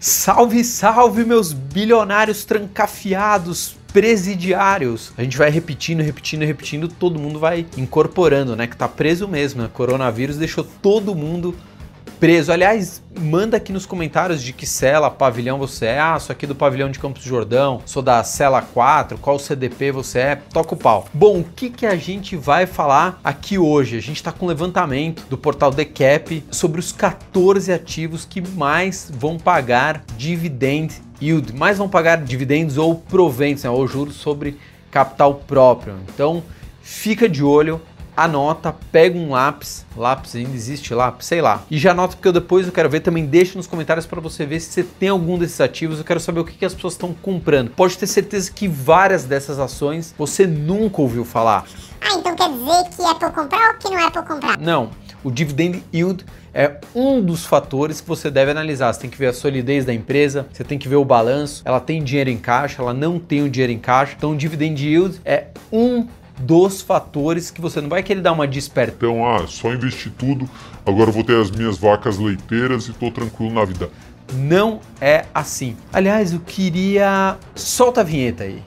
Salve, salve, meus bilionários trancafiados, presidiários. A gente vai repetindo, todo mundo vai incorporando, né? Que tá preso mesmo, né? Coronavírus deixou todo mundo preso. Aliás, manda aqui nos comentários de que cela, pavilhão você é. Ah, sou aqui do pavilhão de Campos do Jordão, sou da cela 4, qual CDP você é, toca o pau. Bom, o que a gente vai falar aqui hoje? A gente tá com um levantamento do portal The Cap sobre os 14 ativos que mais vão pagar dividend yield, mais vão pagar dividendos ou proventos, né, ou juros sobre capital próprio. Então, fica de olho. Anota, pega um lápis ainda existe lápis, sei lá, e já anota porque depois eu quero ver, também deixa nos comentários para você ver se você tem algum desses ativos, eu quero saber o que as pessoas estão comprando. Pode ter certeza que várias dessas ações você nunca ouviu falar. Ah, então quer dizer que é para comprar ou que não é para comprar? Não, o dividend yield é um dos fatores que você deve analisar. Você tem que ver a solidez da empresa, você tem que ver o balanço, ela tem dinheiro em caixa, ela não tem o dinheiro em caixa, então o dividend yield é um dos fatores que você não vai querer dar uma desperta. Então, só investir tudo, agora eu vou ter as minhas vacas leiteiras e tô tranquilo na vida. Não é assim. Aliás, eu queria... Solta a vinheta aí.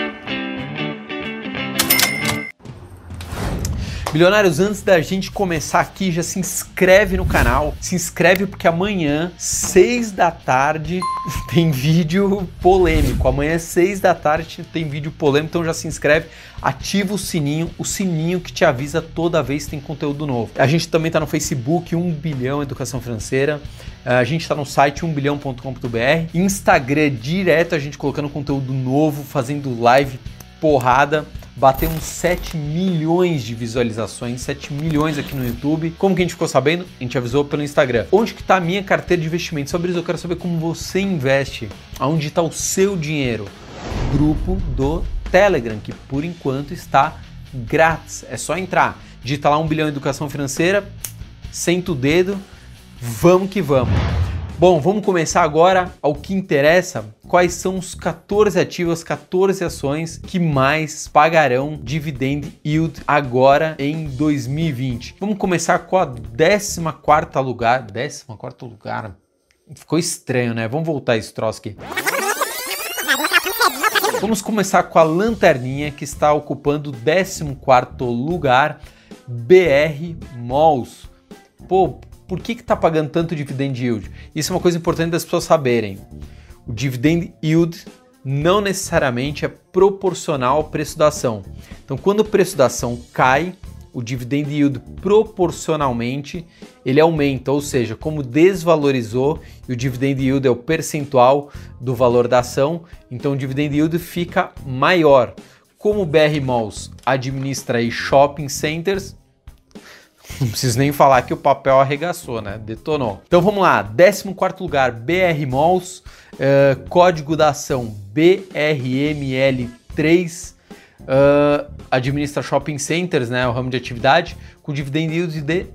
Bilionários, antes da gente começar aqui, já se inscreve no canal. Se inscreve porque amanhã, 6 da tarde, tem vídeo polêmico. Amanhã, 6 da tarde, tem vídeo polêmico, então já se inscreve. Ativa o sininho que te avisa toda vez que tem conteúdo novo. A gente também está no Facebook, 1 bilhão Educação Financeira. A gente está no site 1bilhão.com.br. Instagram, direto a gente colocando conteúdo novo, fazendo live porrada. Batemos 7 milhões de visualizações, 7 milhões aqui no YouTube. Como que a gente ficou sabendo? A gente avisou pelo Instagram. Onde que está a minha carteira de investimento? Sobre isso eu quero saber como você investe. Aonde está o seu dinheiro? Grupo do Telegram, que por enquanto está grátis. É só entrar, digita lá 1 bilhão Educação Financeira, senta o dedo, vamos que vamos. Bom, vamos começar agora ao que interessa. Quais são os 14 ativos, 14 ações que mais pagarão dividend yield agora em 2020? Vamos começar com a 14º lugar. 14º lugar? Ficou estranho, né? Vamos voltar esse troço aqui. Vamos começar com a Lanterninha, que está ocupando o 14º lugar, BR Malls. Pô, por que está pagando tanto dividend yield? Isso é uma coisa importante das pessoas saberem. O dividend yield não necessariamente é proporcional ao preço da ação. Então, quando o preço da ação cai, o dividend yield proporcionalmente ele aumenta, ou seja, como desvalorizou e o dividend yield é o percentual do valor da ação, então o dividend yield fica maior. Como o BR Malls administra aí shopping centers, não preciso nem falar que o papel arregaçou, né? Detonou. Então vamos lá, 14º lugar, BR Malls, código da ação BRML3, administra shopping centers, né? O ramo de atividade, com dividend yield de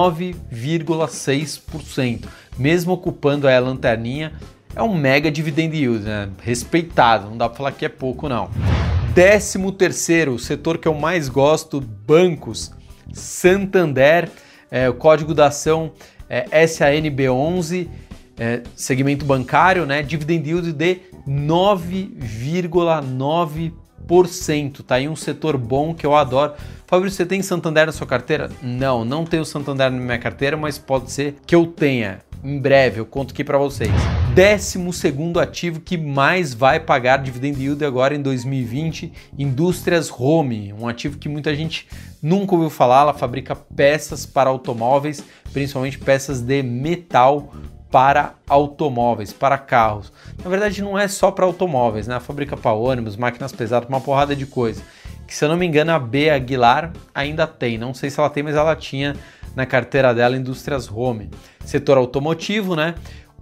9,6%. Mesmo ocupando a lanterninha, é um mega dividend yield, né? Respeitado, não dá para falar que é pouco não. 13º, o setor que eu mais gosto, bancos, Santander, o código da ação é SANB11, segmento bancário, né? Dividend yield de 9,9%. Tá aí um setor bom que eu adoro. Fabrício, você tem Santander na sua carteira? Não, não tenho Santander na minha carteira, mas pode ser que eu tenha. Em breve, eu conto aqui para vocês. 12º ativo que mais vai pagar dividend yield agora em 2020, Indústrias Home, um ativo que muita gente nunca ouviu falar. Ela fabrica peças para automóveis, principalmente peças de metal para automóveis, para carros. Na verdade, não é só para automóveis, né? Ela fabrica para ônibus, máquinas pesadas, uma porrada de coisa. Que, se eu não me engano, a B Aguilar ainda tem. Não sei se ela tem, mas ela tinha na carteira dela Indústrias Home. Setor automotivo, né?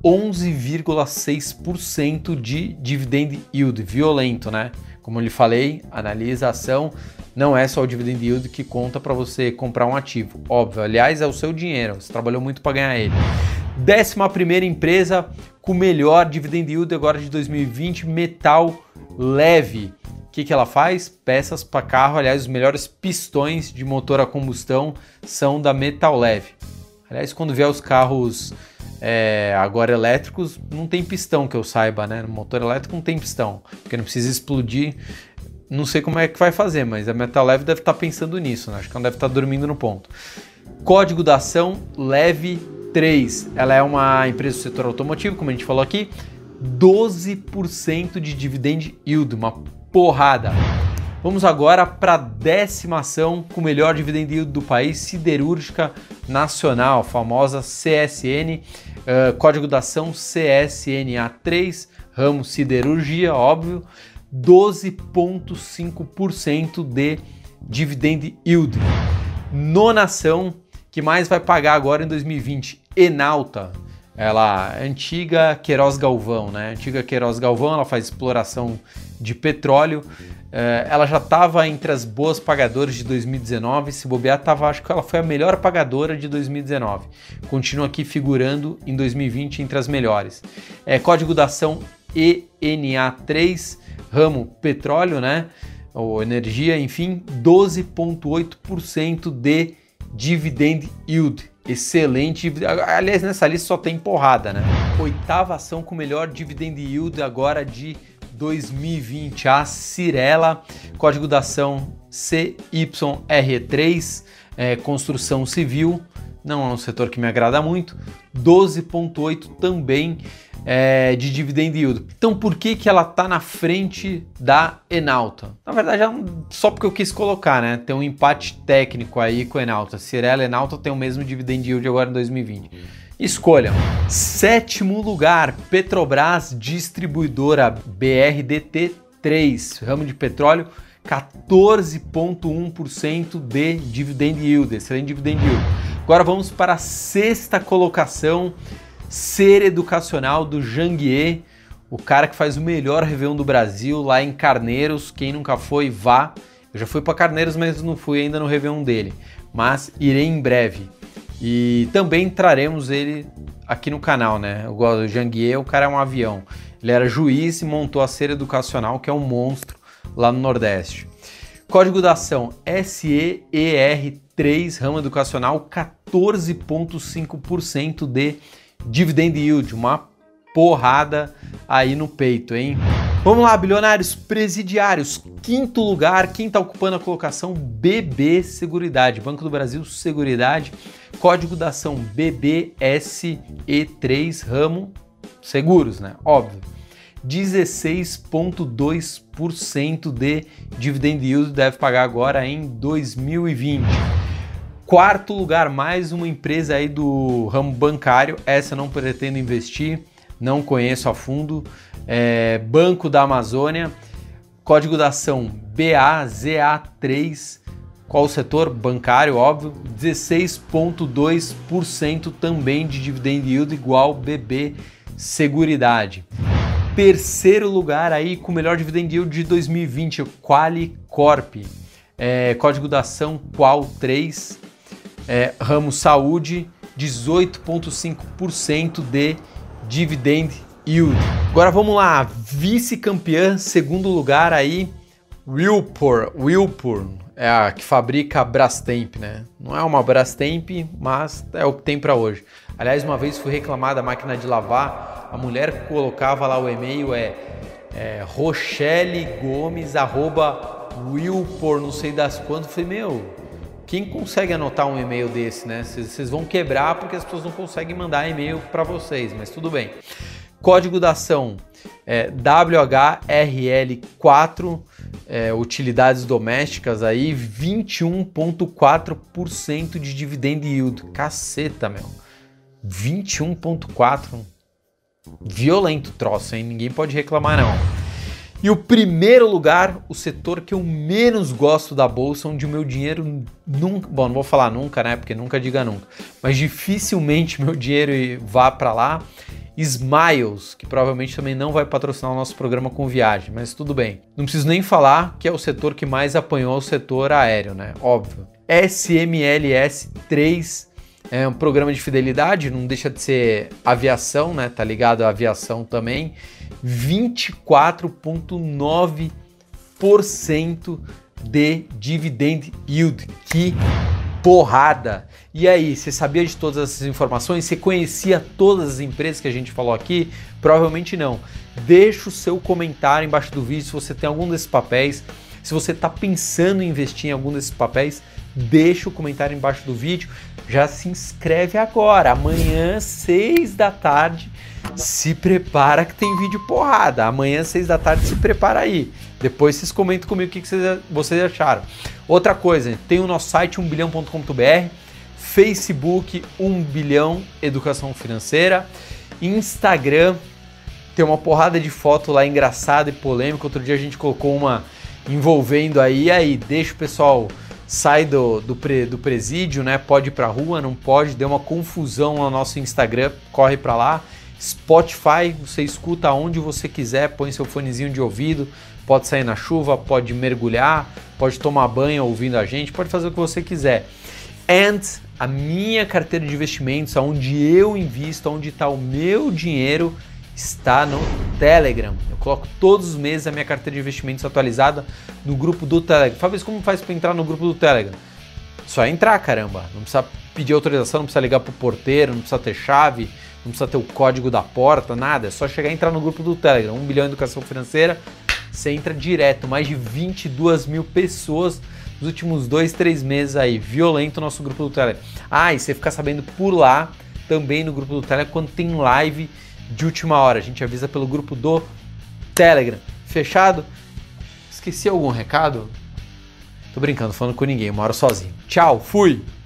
11,6% de dividend yield, violento, né? Como eu lhe falei, analisa a ação, não é só o dividend yield que conta para você comprar um ativo. Óbvio, aliás, é o seu dinheiro, você trabalhou muito para ganhar ele. 11ª empresa com melhor dividend yield agora de 2020, Metal Leve. O que ela faz? Peças para carro, aliás, os melhores pistões de motor a combustão são da Metal Leve. Aliás, quando vier os carros Agora elétricos não tem pistão que eu saiba, né? No motor elétrico não tem pistão, porque não precisa explodir. Não sei como é que vai fazer, mas a Metal Leve deve estar pensando nisso, né? Acho que ela deve estar dormindo no ponto. Código da ação Leve 3. Ela é uma empresa do setor automotivo, como a gente falou aqui. 12% de dividend yield, uma porrada. Vamos agora para a 10ª ação com o melhor dividend yield do país, Siderúrgica Nacional, famosa CSN, código da ação CSNA3, ramo siderurgia, óbvio, 12,5% de dividend yield. Nona ação que mais vai pagar agora em 2020, Enauta. Ela é antiga Queiroz Galvão, né? Antiga Queiroz Galvão, ela faz exploração de petróleo. Ela já estava entre as boas pagadoras de 2019. Se bobear, acho que ela foi a melhor pagadora de 2019. Continua aqui figurando em 2020 entre as melhores. Código da ação ENA3, ramo petróleo, né? Ou energia, enfim, 12,8% de dividend yield. Excelente, aliás, nessa lista só tem porrada, né? 8ª ação com melhor dividend yield agora de 2020, a Cyrela, código da ação CYR3, construção civil, não é um setor que me agrada muito, 12,8% também de dividend yield. Então por que ela está na frente da Enauta? Na verdade, só porque eu quis colocar, né? Tem um empate técnico aí com a Enauta. Cyrela e Enauta tem o mesmo dividend yield agora em 2020. Escolha. 7º lugar, Petrobras Distribuidora BRDT3, ramo de petróleo, 14,1% de dividend yield, excelente dividend yield. Agora vamos para a 6ª colocação, Ser Educacional do Janguier, o cara que faz o melhor Réveillon do Brasil lá em Carneiros. Quem nunca foi, vá. Eu já fui para Carneiros, mas não fui ainda no Réveillon dele, mas irei em breve. E também traremos ele aqui no canal, né? O Janguier, o cara é um avião. Ele era juiz e montou a Ser Educacional, que é um monstro lá no Nordeste. Código da ação SEER3, ramo educacional, 14,5% de dividend yield, uma porrada aí no peito, hein? Vamos lá, bilionários presidiários. 5º lugar, quem está ocupando a colocação? BB Seguridade, Banco do Brasil Seguridade, código da ação BBSE3, ramo seguros, né? Óbvio. 16,2% de dividend yield deve pagar agora em 2020. 4º lugar, mais uma empresa aí do ramo bancário. Essa eu não pretendo investir, não conheço a fundo. Banco da Amazônia, código da ação BAZA3. Qual o setor? Bancário, óbvio. 16,2% também de dividend yield, igual BB Seguridade. 3º lugar aí com o melhor dividend yield de 2020, o Qualicorp. Código da ação Qual3, ramo saúde, 18,5% de dividend yield. Agora vamos lá, vice-campeã, 2º lugar aí, Whirlpool, é a que fabrica a Brastemp, né? Não é uma Brastemp, mas é o que tem para hoje. Aliás, uma vez fui reclamar da máquina de lavar, a mulher colocava lá o e-mail, rochelegomes@Whirlpool, não sei das quantas. Eu falei, meu, quem consegue anotar um e-mail desse, né? Vocês vão quebrar porque as pessoas não conseguem mandar e-mail para vocês, mas tudo bem. Código da ação WHRL4, utilidades domésticas aí, 21,4% de dividend yield. Caceta, meu. 21,4%. Violento troço, hein? Ninguém pode reclamar, não. E o 1º lugar, o setor que eu menos gosto da bolsa, onde o meu dinheiro nunca... Bom, não vou falar nunca, né? Porque nunca diga nunca. Mas dificilmente meu dinheiro vá para lá. Smiles, que provavelmente também não vai patrocinar o nosso programa com viagem, mas tudo bem. Não preciso nem falar que é o setor que mais apanhou o setor aéreo, né? Óbvio. SMLS3 é um programa de fidelidade, não deixa de ser aviação, né? Tá ligado à aviação também. 24,9% de dividend yield. Que porrada. E aí, você sabia de todas essas informações? Você conhecia todas as empresas que a gente falou aqui? Provavelmente não. Deixa o seu comentário embaixo do vídeo se você tem algum desses papéis. Se você está pensando em investir em algum desses papéis, deixa o comentário embaixo do vídeo. Já se inscreve agora. Amanhã, 6 da tarde, se prepara que tem vídeo porrada. Amanhã, 6 da tarde, se prepara aí. Depois vocês comentam comigo o que vocês acharam. Outra coisa, tem o nosso site 1bilhão.com.br, Facebook 1 bilhão Educação Financeira, Instagram, tem uma porrada de foto lá engraçada e polêmica. Outro dia a gente colocou uma envolvendo aí, deixa o pessoal sai do presídio, né? Pode ir pra rua, não pode, deu uma confusão no nosso Instagram, corre pra lá. Spotify, você escuta onde você quiser, põe seu fonezinho de ouvido, pode sair na chuva, pode mergulhar, pode tomar banho ouvindo a gente, pode fazer o que você quiser. And a minha carteira de investimentos, onde eu invisto, onde está o meu dinheiro, está no Telegram. Eu coloco todos os meses a minha carteira de investimentos atualizada no grupo do Telegram. Fabrício, como faz para entrar no grupo do Telegram? Só entrar, caramba. Não precisa pedir autorização, não precisa ligar pro porteiro, não precisa ter chave, não precisa ter o código da porta, nada. É só chegar e entrar no grupo do Telegram. 1 bilhão Educação Financeira, você entra direto. Mais de 22 mil pessoas nos últimos 2-3 meses aí. Violento o nosso grupo do Telegram. Ah, e você fica sabendo por lá, também no grupo do Telegram, quando tem live de última hora. A gente avisa pelo grupo do Telegram. Fechado? Esqueci algum recado? Tô brincando, falando com ninguém, eu moro sozinho. Tchau, fui!